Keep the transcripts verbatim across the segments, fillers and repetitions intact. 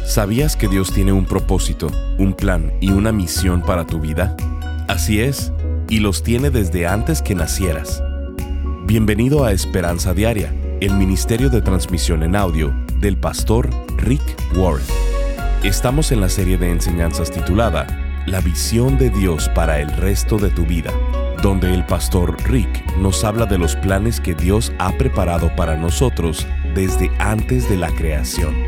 ¿Sabías que Dios tiene un propósito, un plan y una misión para tu vida? Así es, y los tiene desde antes que nacieras. Bienvenido a Esperanza Diaria, el ministerio de transmisión en audio del pastor Rick Warren. Estamos en la serie de enseñanzas titulada La visión de Dios para el resto de tu vida, donde el pastor Rick nos habla de los planes que Dios ha preparado para nosotros desde antes de la creación.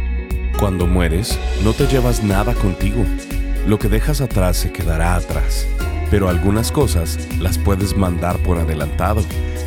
Cuando mueres, no te llevas nada contigo. Lo que dejas atrás se quedará atrás, pero algunas cosas las puedes mandar por adelantado.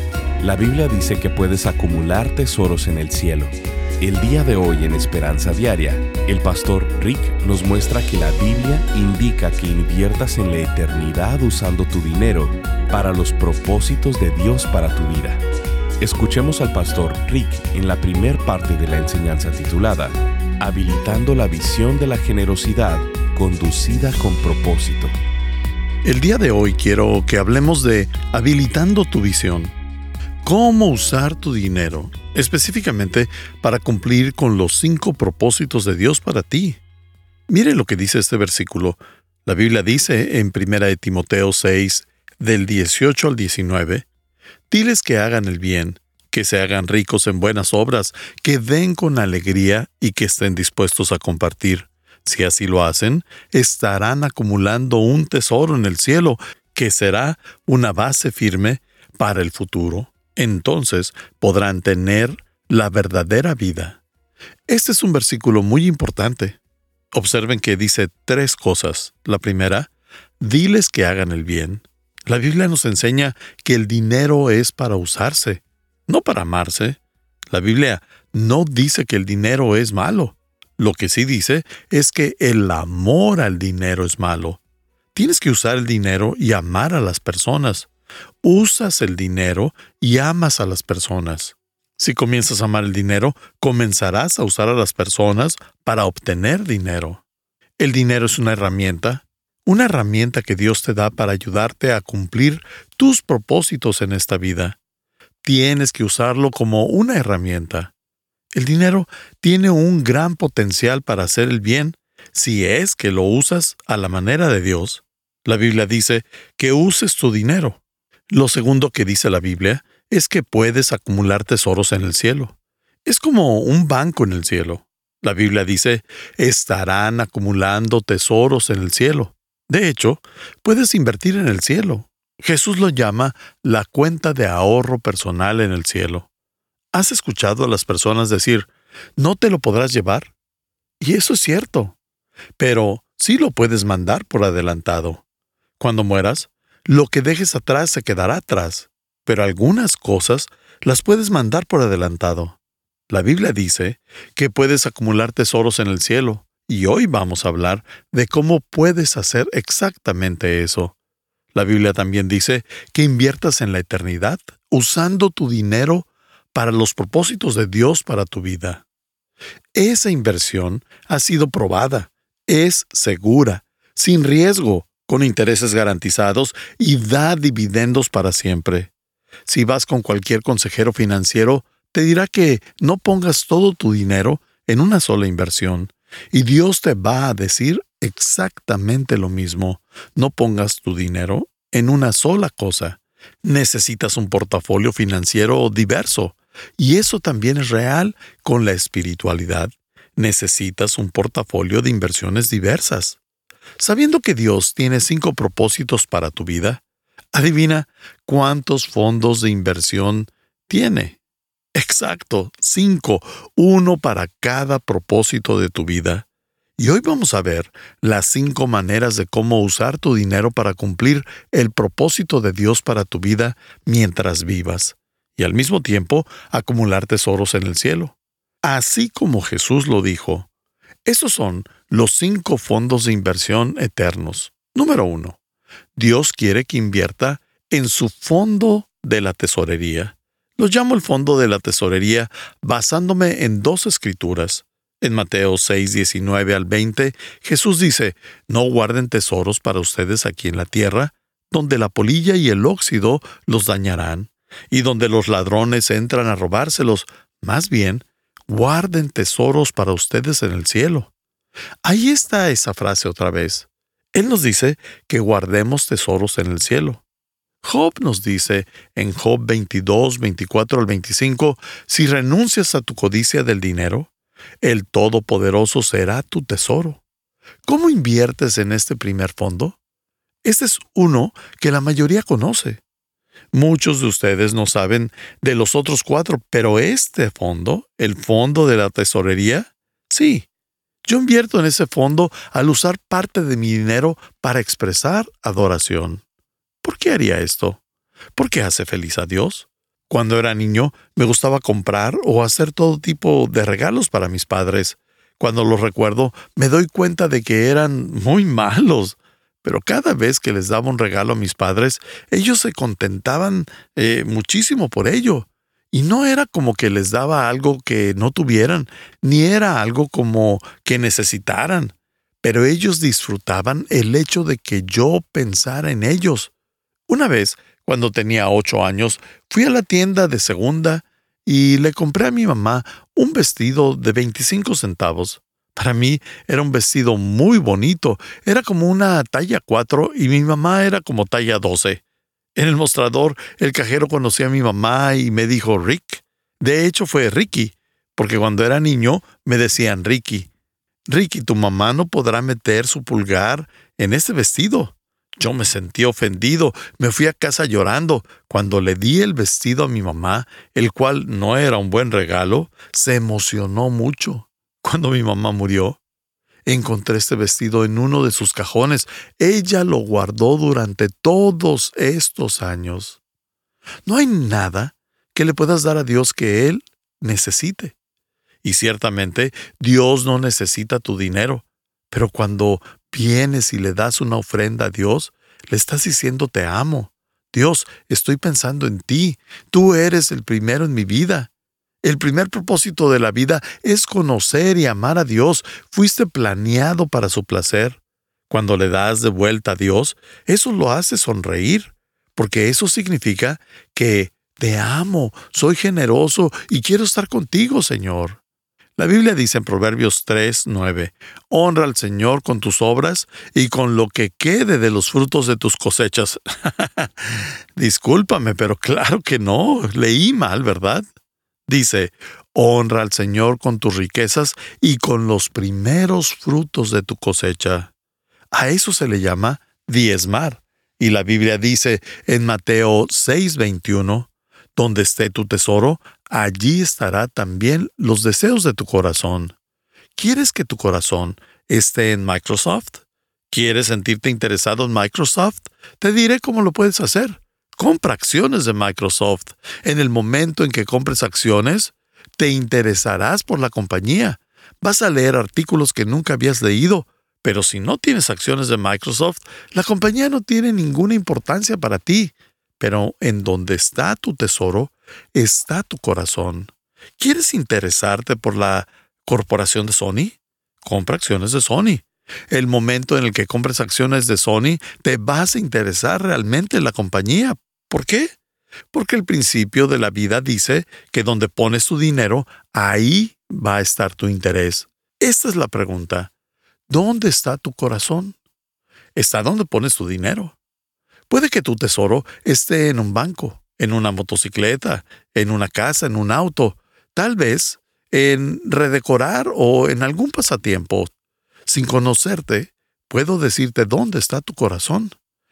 La Biblia dice que puedes acumular tesoros en el cielo. El día de hoy en Esperanza Diaria, el pastor Rick nos muestra que la Biblia indica que inviertas en la eternidad usando tu dinero para los propósitos de Dios para tu vida. Escuchemos al pastor Rick en la primer parte de la enseñanza titulada Habilitando la visión de la generosidad conducida con propósito. El día de hoy quiero que hablemos de habilitando tu visión. ¿Cómo usar tu dinero? Específicamente para cumplir con los cinco propósitos de Dios para ti. Mire lo que dice este versículo. La Biblia dice en primera de Timoteo seis, del dieciocho al diecinueve, diles que hagan el bien, que se hagan ricos en buenas obras, que den con alegría y que estén dispuestos a compartir. Si así lo hacen, estarán acumulando un tesoro en el cielo, que será una base firme para el futuro. Entonces podrán tener la verdadera vida. Este es un versículo muy importante. Observen que dice tres cosas. La primera, diles que hagan el bien. La Biblia nos enseña que el dinero es para usarse, no para amarse. La Biblia no dice que el dinero es malo. Lo que sí dice es que el amor al dinero es malo. Tienes que usar el dinero y amar a las personas. Usas el dinero y amas a las personas. Si comienzas a amar el dinero, comenzarás a usar a las personas para obtener dinero. El dinero es una herramienta, una herramienta que Dios te da para ayudarte a cumplir tus propósitos en esta vida. Tienes que usarlo como una herramienta. El dinero tiene un gran potencial para hacer el bien si es que lo usas a la manera de Dios. La Biblia dice que uses tu dinero. Lo segundo que dice la Biblia es que puedes acumular tesoros en el cielo. Es como un banco en el cielo. La Biblia dice, estarán acumulando tesoros en el cielo. De hecho, puedes invertir en el cielo. Jesús lo llama la cuenta de ahorro personal en el cielo. ¿Has escuchado a las personas decir, no te lo podrás llevar? Y eso es cierto, pero sí lo puedes mandar por adelantado. Cuando mueras, lo que dejes atrás se quedará atrás, pero algunas cosas las puedes mandar por adelantado. La Biblia dice que puedes acumular tesoros en el cielo, y hoy vamos a hablar de cómo puedes hacer exactamente eso. La Biblia también dice que inviertas en la eternidad, usando tu dinero para los propósitos de Dios para tu vida. Esa inversión ha sido probada, es segura, sin riesgo, con intereses garantizados y da dividendos para siempre. Si vas con cualquier consejero financiero, te dirá que no pongas todo tu dinero en una sola inversión, y Dios te va a decir exactamente lo mismo. No pongas tu dinero en una sola cosa. Necesitas un portafolio financiero diverso, y eso también es real con la espiritualidad. Necesitas un portafolio de inversiones diversas. Sabiendo que Dios tiene cinco propósitos para tu vida, adivina cuántos fondos de inversión tiene. Exacto, cinco, uno para cada propósito de tu vida. Y hoy vamos a ver las cinco maneras de cómo usar tu dinero para cumplir el propósito de Dios para tu vida mientras vivas, y al mismo tiempo acumular tesoros en el cielo. Así como Jesús lo dijo. Esos son los cinco fondos de inversión eternos. Número uno, Dios quiere que invierta en su fondo de la tesorería. Lo llamo el fondo de la tesorería basándome en dos escrituras. En Mateo seis, diecinueve al veinte, Jesús dice, no guarden tesoros para ustedes aquí en la tierra, donde la polilla y el óxido los dañarán, y donde los ladrones entran a robárselos. Más bien, guarden tesoros para ustedes en el cielo. Ahí está esa frase otra vez. Él nos dice que guardemos tesoros en el cielo. Job nos dice en Job veintidós, veinticuatro al veinticinco, si renuncias a tu codicia del dinero, el Todopoderoso será tu tesoro. ¿Cómo inviertes en este primer fondo? Este es uno que la mayoría conoce. Muchos de ustedes no saben de los otros cuatro, pero este fondo, el fondo de la tesorería, sí. Yo invierto en ese fondo al usar parte de mi dinero para expresar adoración. ¿Por qué haría esto? ¿Por qué hace feliz a Dios? Cuando era niño, me gustaba comprar o hacer todo tipo de regalos para mis padres. Cuando los recuerdo, me doy cuenta de que eran muy malos. Pero cada vez que les daba un regalo a mis padres, ellos se contentaban eh, muchísimo por ello. Y no era como que les daba algo que no tuvieran, ni era algo como que necesitaran. Pero ellos disfrutaban el hecho de que yo pensara en ellos. Una vez, cuando tenía ocho años, fui a la tienda de segunda y le compré a mi mamá un vestido de veinticinco centavos. Para mí era un vestido muy bonito, era como una talla cuatro y mi mamá era como talla doce. En el mostrador, el cajero conoció a mi mamá y me dijo Rick. De hecho, fue Ricky, porque cuando era niño me decían Ricky. Ricky, tu mamá no podrá meter su pulgar en este vestido. Yo me sentí ofendido, me fui a casa llorando. Cuando le di el vestido a mi mamá, el cual no era un buen regalo, se emocionó mucho. Cuando mi mamá murió, encontré este vestido en uno de sus cajones. Ella lo guardó durante todos estos años. No hay nada que le puedas dar a Dios que Él necesite. Y ciertamente, Dios no necesita tu dinero. Pero cuando vienes y le das una ofrenda a Dios, le estás diciendo te amo. Dios, estoy pensando en ti. Tú eres el primero en mi vida. El primer propósito de la vida es conocer y amar a Dios. Fuiste planeado para su placer. Cuando le das de vuelta a Dios, eso lo hace sonreír, porque eso significa que te amo, soy generoso y quiero estar contigo, Señor. La Biblia dice en Proverbios tres, nueve, honra al Señor con tus obras y con lo que quede de los frutos de tus cosechas. Discúlpame, pero claro que no, leí mal, ¿verdad? Dice, honra al Señor con tus riquezas y con los primeros frutos de tu cosecha. A eso se le llama diezmar. Y la Biblia dice en Mateo seis, veintiuno, donde esté tu tesoro, allí estará también los deseos de tu corazón. ¿Quieres que tu corazón esté en Microsoft? ¿Quieres sentirte interesado en Microsoft? Te diré cómo lo puedes hacer. Compra acciones de Microsoft. En el momento en que compres acciones, te interesarás por la compañía. Vas a leer artículos que nunca habías leído, pero si no tienes acciones de Microsoft, la compañía no tiene ninguna importancia para ti. Pero en donde está tu tesoro, está tu corazón. ¿Quieres interesarte por la corporación de Sony? Compra acciones de Sony. El momento en el que compres acciones de Sony, te vas a interesar realmente en la compañía. ¿Por qué? Porque el principio de la vida dice que donde pones tu dinero, ahí va a estar tu interés. Esta es la pregunta. ¿Dónde está tu corazón? Está donde pones tu dinero. Puede que tu tesoro esté en un banco, en una motocicleta, en una casa, en un auto, tal vez en redecorar o en algún pasatiempo. Sin conocerte, puedo decirte dónde está tu corazón.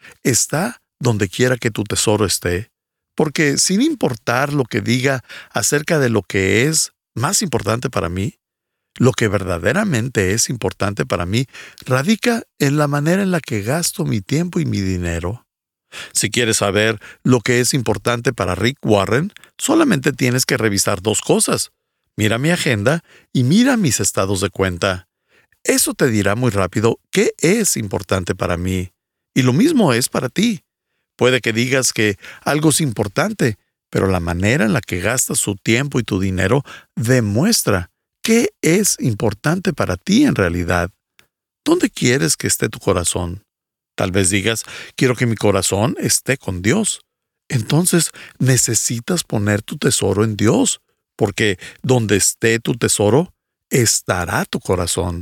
Está donde quiera que tu tesoro esté, porque sin importar lo que diga acerca de lo que es más importante para mí, lo que verdaderamente es importante para mí radica en la manera en la que gasto mi tiempo y mi dinero. Si quieres saber lo que es importante para Rick Warren, solamente tienes que revisar dos cosas. Mira mi agenda y mira mis estados de cuenta. Eso te dirá muy rápido qué es importante para mí. Y lo mismo es para ti. Puede que digas que algo es importante, pero la manera en la que gastas tu tiempo y tu dinero demuestra qué es importante para ti en realidad. ¿Dónde quieres que esté tu corazón? Tal vez digas, quiero que mi corazón esté con Dios. Entonces necesitas poner tu tesoro en Dios, porque donde esté tu tesoro, estará tu corazón.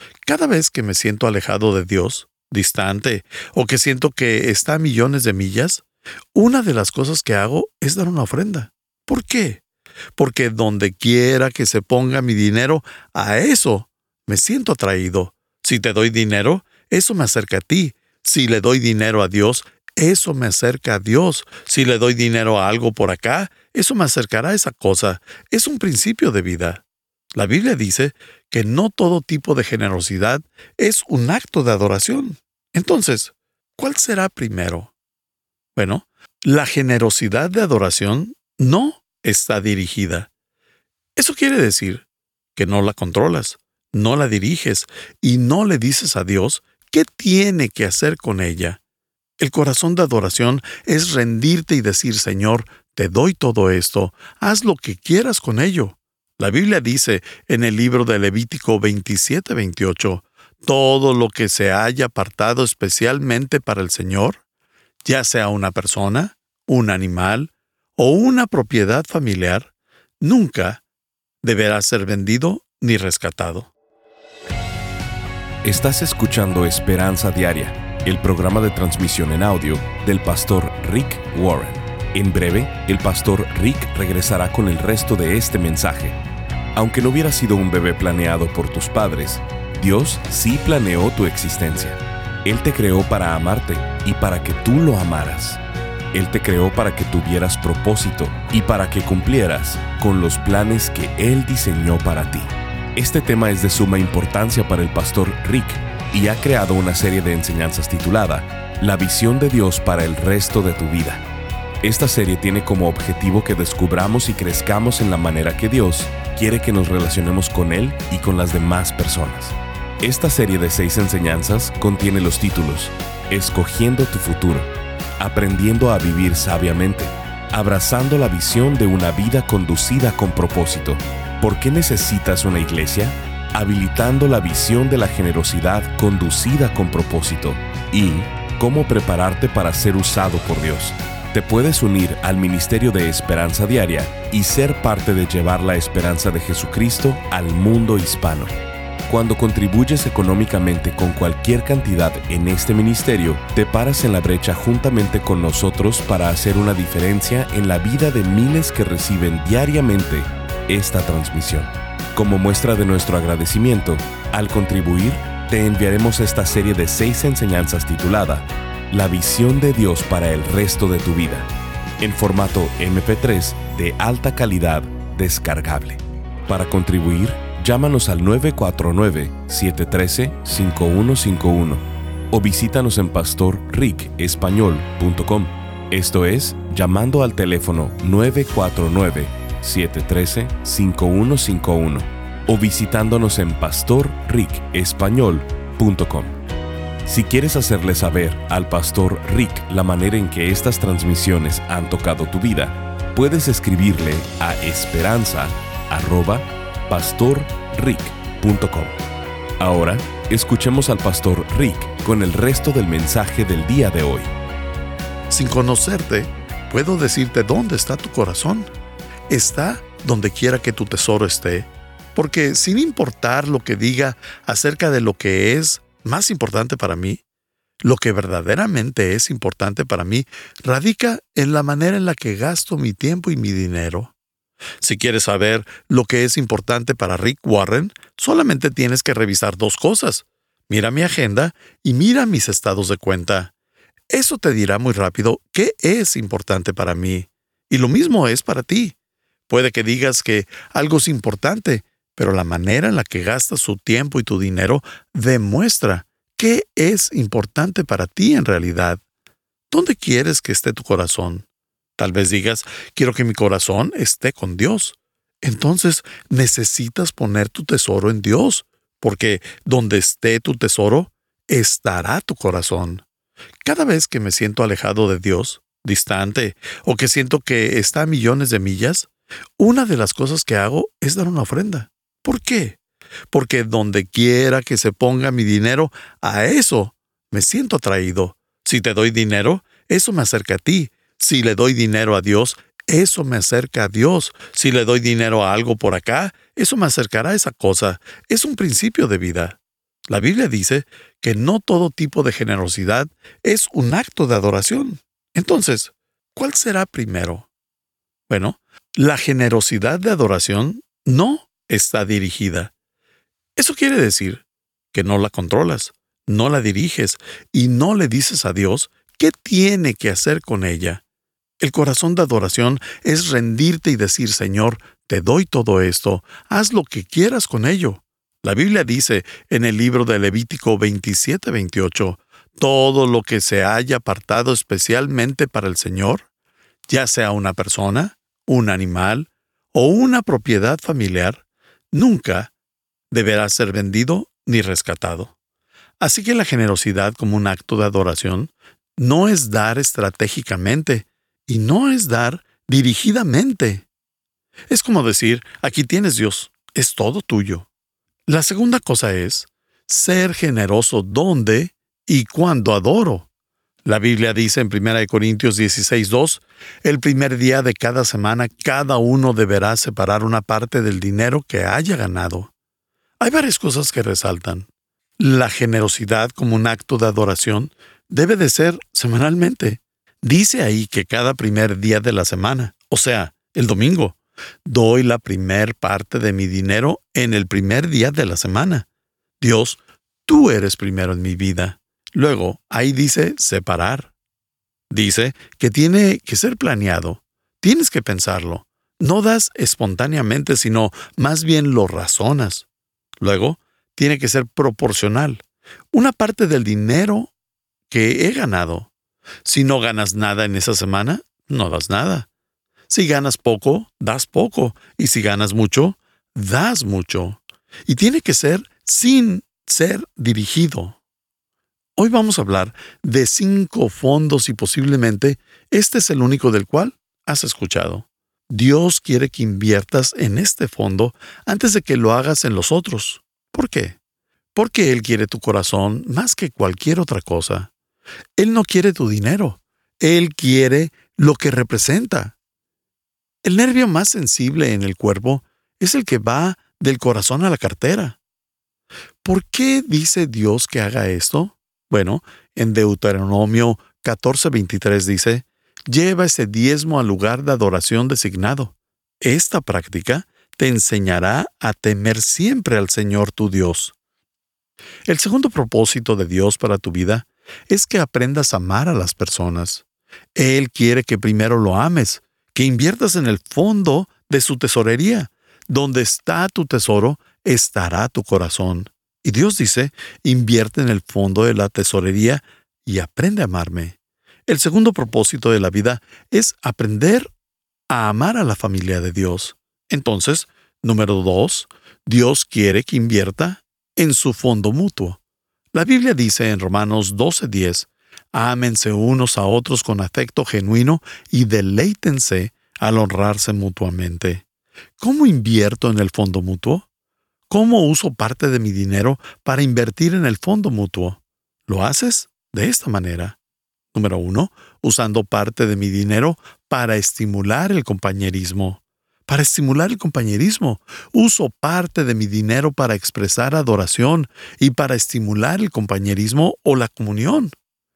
Cada vez que me siento alejado de Dios, distante, o que siento que está a millones de millas, una de las cosas que hago es dar una ofrenda. ¿Por qué? Porque donde quiera que se ponga mi dinero, a eso me siento atraído. Si te doy dinero, eso me acerca a ti. Si le doy dinero a Dios, eso me acerca a Dios. Si le doy dinero a algo por acá, eso me acercará a esa cosa. Es un principio de vida. La Biblia dice que no todo tipo de generosidad es un acto de adoración. Entonces, ¿cuál será primero? Bueno, la generosidad de adoración no está dirigida. Eso quiere decir que no la controlas, no la diriges y no le dices a Dios qué tiene que hacer con ella. El corazón de adoración es rendirte y decir, Señor, te doy todo esto, haz lo que quieras con ello. La Biblia dice en el libro de Levítico veintisiete veintiocho, todo lo que se haya apartado especialmente para el Señor, ya sea una persona, un animal o una propiedad familiar, nunca deberá ser vendido ni rescatado. Estás escuchando Esperanza Diaria, el programa de transmisión en audio del pastor Rick Warren. En breve, el pastor Rick regresará con el resto de este mensaje. Aunque no hubiera sido un bebé planeado por tus padres, Dios sí planeó tu existencia. Él te creó para amarte y para que tú lo amaras. Él te creó para que tuvieras propósito y para que cumplieras con los planes que Él diseñó para ti. Este tema es de suma importancia para el pastor Rick y ha creado una serie de enseñanzas titulada La visión de Dios para el resto de tu vida. Esta serie tiene como objetivo que descubramos y crezcamos en la manera que Dios quiere que nos relacionemos con Él y con las demás personas. Esta serie de seis enseñanzas contiene los títulos Escogiendo tu futuro, Aprendiendo a vivir sabiamente, Abrazando la visión de una vida conducida con propósito, ¿Por qué necesitas una iglesia? Habilitando la visión de la generosidad conducida con propósito y Cómo prepararte para ser usado por Dios. Te puedes unir al Ministerio de Esperanza Diaria y ser parte de llevar la esperanza de Jesucristo al mundo hispano. Cuando contribuyes económicamente con cualquier cantidad en este ministerio, te paras en la brecha juntamente con nosotros para hacer una diferencia en la vida de miles que reciben diariamente esta transmisión. Como muestra de nuestro agradecimiento, al contribuir, te enviaremos esta serie de seis enseñanzas titulada La visión de Dios para el resto de tu vida, en formato eme pe tres de alta calidad descargable. Para contribuir, llámanos al nueve cuatro nueve, siete uno tres, cinco uno cinco uno o visítanos en pastor rick español punto com. Esto es, llamando al teléfono nueve cuatro nueve, siete uno tres, cinco uno cinco uno o visitándonos en pastor rick español punto com. Si quieres hacerle saber al pastor Rick la manera en que estas transmisiones han tocado tu vida, puedes escribirle a esperanza arroba pastor rick punto com. Ahora, escuchemos al pastor Rick con el resto del mensaje del día de hoy. Sin conocerte, puedo decirte dónde está tu corazón. Está donde quiera que tu tesoro esté, porque sin importar lo que diga acerca de lo que es más importante para mí, lo que verdaderamente es importante para mí radica en la manera en la que gasto mi tiempo y mi dinero. Si quieres saber lo que es importante para Rick Warren, solamente tienes que revisar dos cosas. Mira mi agenda y mira mis estados de cuenta. Eso te dirá muy rápido qué es importante para mí. Y lo mismo es para ti. Puede que digas que algo es importante, pero la manera en la que gastas tu tiempo y tu dinero demuestra qué es importante para ti en realidad. ¿Dónde quieres que esté tu corazón? Tal vez digas, quiero que mi corazón esté con Dios. Entonces necesitas poner tu tesoro en Dios, porque donde esté tu tesoro, estará tu corazón. Cada vez que me siento alejado de Dios, distante, o que siento que está a millones de millas, una de las cosas que hago es dar una ofrenda. ¿Por qué? Porque donde quiera que se ponga mi dinero, a eso me siento atraído. Si te doy dinero, eso me acerca a ti. Si le doy dinero a Dios, eso me acerca a Dios. Si le doy dinero a algo por acá, eso me acercará a esa cosa. Es un principio de vida. La Biblia dice que no todo tipo de generosidad es un acto de adoración. Entonces, ¿cuál será primero? Bueno, la generosidad de adoración no está dirigida. Eso quiere decir que no la controlas, no la diriges y no le dices a Dios qué tiene que hacer con ella. El corazón de adoración es rendirte y decir, Señor, te doy todo esto, haz lo que quieras con ello. La Biblia dice en el libro de Levítico veintisiete veintiocho, todo lo que se haya apartado especialmente para el Señor, ya sea una persona, un animal o una propiedad familiar, nunca deberá ser vendido ni rescatado. Así que la generosidad como un acto de adoración no es dar estratégicamente y no es dar dirigidamente. Es como decir, aquí tienes Dios, es todo tuyo. La segunda cosa es ser generoso donde y cuando adoro. La Biblia dice en primera Corintios dieciséis dos, el primer día de cada semana cada uno deberá separar una parte del dinero que haya ganado. Hay varias cosas que resaltan. La generosidad como un acto de adoración debe de ser semanalmente. Dice ahí que cada primer día de la semana, o sea, el domingo, doy la primer parte de mi dinero en el primer día de la semana. Dios, tú eres primero en mi vida. Luego, ahí dice separar. Dice que tiene que ser planeado. Tienes que pensarlo. No das espontáneamente, sino más bien lo razonas. Luego, tiene que ser proporcional. Una parte del dinero que he ganado. Si no ganas nada en esa semana, no das nada. Si ganas poco, das poco. Y si ganas mucho, das mucho. Y tiene que ser sin ser dirigido. Hoy vamos a hablar de cinco fondos y posiblemente este es el único del cual has escuchado. Dios quiere que inviertas en este fondo antes de que lo hagas en los otros. ¿Por qué? Porque Él quiere tu corazón más que cualquier otra cosa. Él no quiere tu dinero. Él quiere lo que representa. El nervio más sensible en el cuerpo es el que va del corazón a la cartera. ¿Por qué dice Dios que haga esto? Bueno, en Deuteronomio catorce veintitrés dice, lleva ese diezmo al lugar de adoración designado. Esta práctica te enseñará a temer siempre al Señor tu Dios. El segundo propósito de Dios para tu vida es que aprendas a amar a las personas. Él quiere que primero lo ames, que inviertas en el fondo de su tesorería. Donde está tu tesoro, estará tu corazón. Y Dios dice, invierte en el fondo de la tesorería y aprende a amarme. El segundo propósito de la vida es aprender a amar a la familia de Dios. Entonces, número dos, Dios quiere que invierta en su fondo mutuo. La Biblia dice en Romanos doce diez, ámense unos a otros con afecto genuino y deleítense al honrarse mutuamente. ¿Cómo invierto en el fondo mutuo? ¿Cómo uso parte de mi dinero para invertir en el fondo mutuo? ¿Lo haces? De esta manera. Número uno, usando parte de mi dinero para estimular el compañerismo. Para estimular el compañerismo, uso parte de mi dinero para expresar adoración y para estimular el compañerismo o la comunión.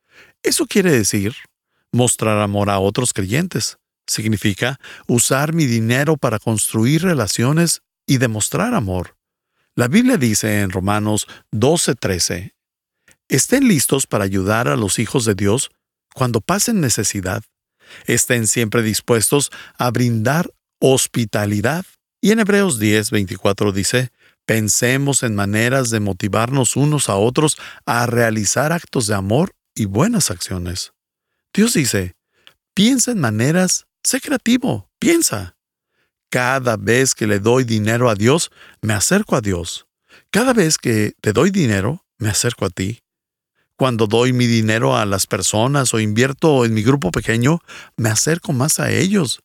Eso quiere decir mostrar amor a otros creyentes. Significa usar mi dinero para construir relaciones y demostrar amor. La Biblia dice en Romanos doce trece, estén listos para ayudar a los hijos de Dios cuando pasen necesidad. Estén siempre dispuestos a brindar hospitalidad. Y en Hebreos diez veinticuatro dice, pensemos en maneras de motivarnos unos a otros a realizar actos de amor y buenas acciones. Dios dice, piensa en maneras, sé creativo, piensa. Cada vez que le doy dinero a Dios, me acerco a Dios. Cada vez que te doy dinero, me acerco a ti. Cuando doy mi dinero a las personas o invierto en mi grupo pequeño, me acerco más a ellos.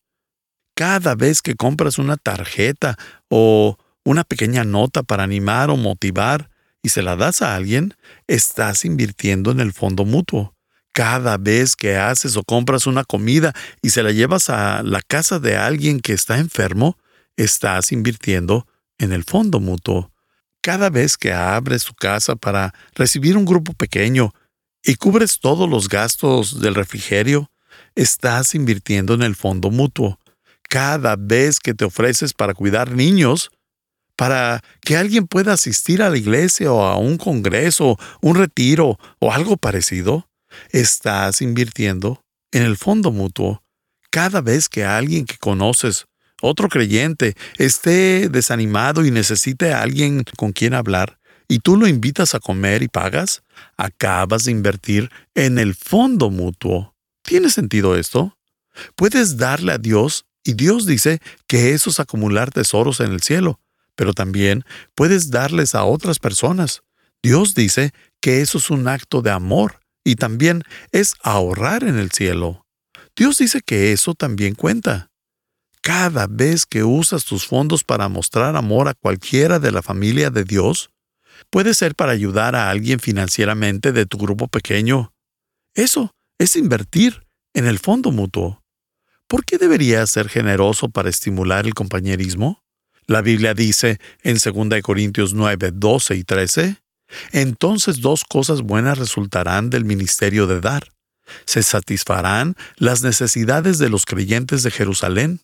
Cada vez que compras una tarjeta o una pequeña nota para animar o motivar y se la das a alguien, estás invirtiendo en el fondo mutuo. Cada vez que haces o compras una comida y se la llevas a la casa de alguien que está enfermo, estás invirtiendo en el fondo mutuo. Cada vez que abres tu casa para recibir un grupo pequeño y cubres todos los gastos del refrigerio, estás invirtiendo en el fondo mutuo. Cada vez que te ofreces para cuidar niños, para que alguien pueda asistir a la iglesia o a un congreso, un retiro o algo parecido, estás invirtiendo en el fondo mutuo. Cada vez que alguien que conoces, otro creyente, esté desanimado y necesite a alguien con quien hablar, y tú lo invitas a comer y pagas, acabas de invertir en el fondo mutuo. ¿Tiene sentido esto? Puedes darle a Dios, y Dios dice que eso es acumular tesoros en el cielo, pero también puedes darles a otras personas. Dios dice que eso es un acto de amor, y también es ahorrar en el cielo. Dios dice que eso también cuenta. Cada vez que usas tus fondos para mostrar amor a cualquiera de la familia de Dios, puede ser para ayudar a alguien financieramente de tu grupo pequeño. Eso es invertir en el fondo mutuo. ¿Por qué deberías ser generoso para estimular el compañerismo? La Biblia dice en segunda de Corintios nueve, doce y trece, entonces dos cosas buenas resultarán del ministerio de dar. Se satisfarán las necesidades de los creyentes de Jerusalén,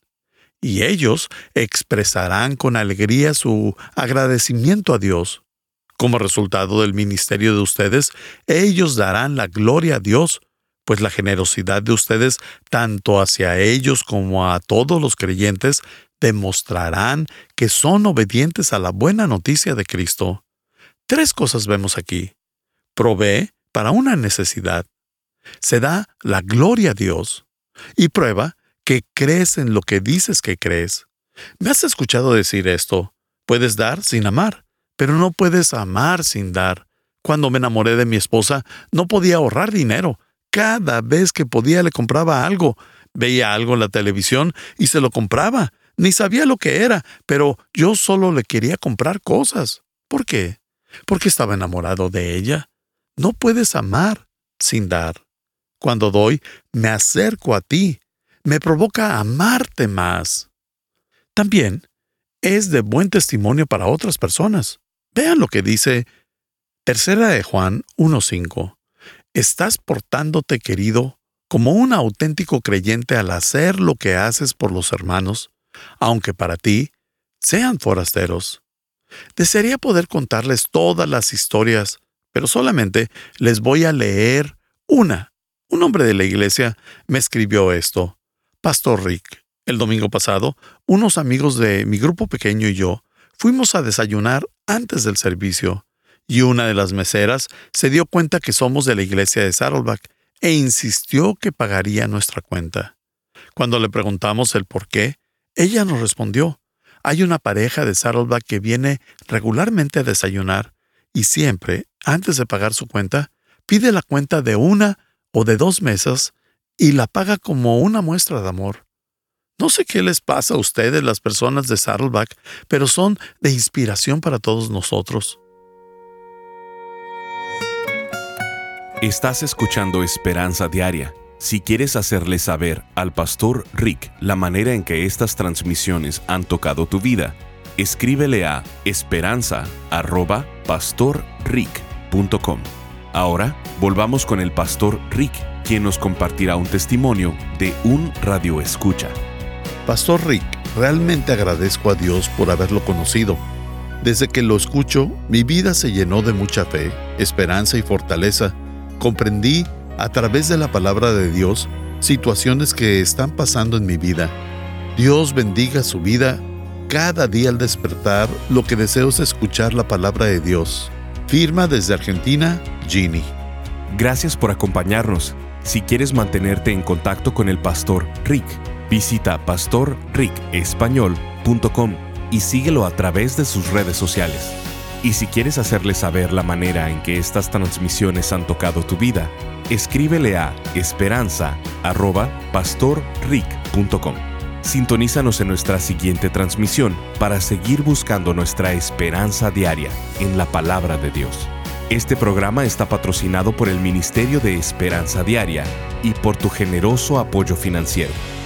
y ellos expresarán con alegría su agradecimiento a Dios. Como resultado del ministerio de ustedes, ellos darán la gloria a Dios, pues la generosidad de ustedes, tanto hacia ellos como a todos los creyentes, demostrarán que son obedientes a la buena noticia de Cristo. Tres cosas vemos aquí. Provee para una necesidad. Se da la gloria a Dios. Y prueba que crees en lo que dices que crees. ¿Me has escuchado decir esto? Puedes dar sin amar, pero no puedes amar sin dar. Cuando me enamoré de mi esposa, no podía ahorrar dinero. Cada vez que podía le compraba algo. Veía algo en la televisión y se lo compraba. Ni sabía lo que era, pero yo solo le quería comprar cosas. ¿Por qué? Porque estaba enamorado de ella. No puedes amar sin dar. Cuando doy, me acerco a ti. Me provoca a amarte más. También es de buen testimonio para otras personas. Vean lo que dice Tercera de Juan uno cinco. Estás portándote, querido, como un auténtico creyente al hacer lo que haces por los hermanos, aunque para ti sean forasteros. Desearía poder contarles todas las historias, pero solamente les voy a leer una. Un hombre de la iglesia me escribió esto. Pastor Rick, el domingo pasado, unos amigos de mi grupo pequeño y yo fuimos a desayunar antes del servicio, y una de las meseras se dio cuenta que somos de la iglesia de Saddleback e insistió que pagaría nuestra cuenta. Cuando le preguntamos el por qué, ella nos respondió, hay una pareja de Saddleback que viene regularmente a desayunar y siempre, antes de pagar su cuenta, pide la cuenta de una o de dos mesas y la paga como una muestra de amor. No sé qué les pasa a ustedes, las personas de Saddleback, pero son de inspiración para todos nosotros. Estás escuchando Esperanza Diaria. Si quieres hacerle saber al Pastor Rick la manera en que estas transmisiones han tocado tu vida, escríbele a esperanza arroba pastor rick punto com. Ahora, volvamos con el Pastor Rick, quien nos compartirá un testimonio de un radioescucha. Pastor Rick, realmente agradezco a Dios por haberlo conocido. Desde que lo escucho, mi vida se llenó de mucha fe, esperanza y fortaleza. Comprendí, a través de la palabra de Dios, situaciones que están pasando en mi vida. Dios bendiga su vida. Cada día al despertar, lo que deseo es escuchar la palabra de Dios. Firma desde Argentina, Ginny. Gracias por acompañarnos. Si quieres mantenerte en contacto con el Pastor Rick, visita pastor rick español punto com y síguelo a través de sus redes sociales. Y si quieres hacerle saber la manera en que estas transmisiones han tocado tu vida, escríbele a esperanza arroba pastor rick punto com. Sintonízanos en nuestra siguiente transmisión para seguir buscando nuestra esperanza diaria en la palabra de Dios. Este programa está patrocinado por el Ministerio de Esperanza Diaria y por tu generoso apoyo financiero.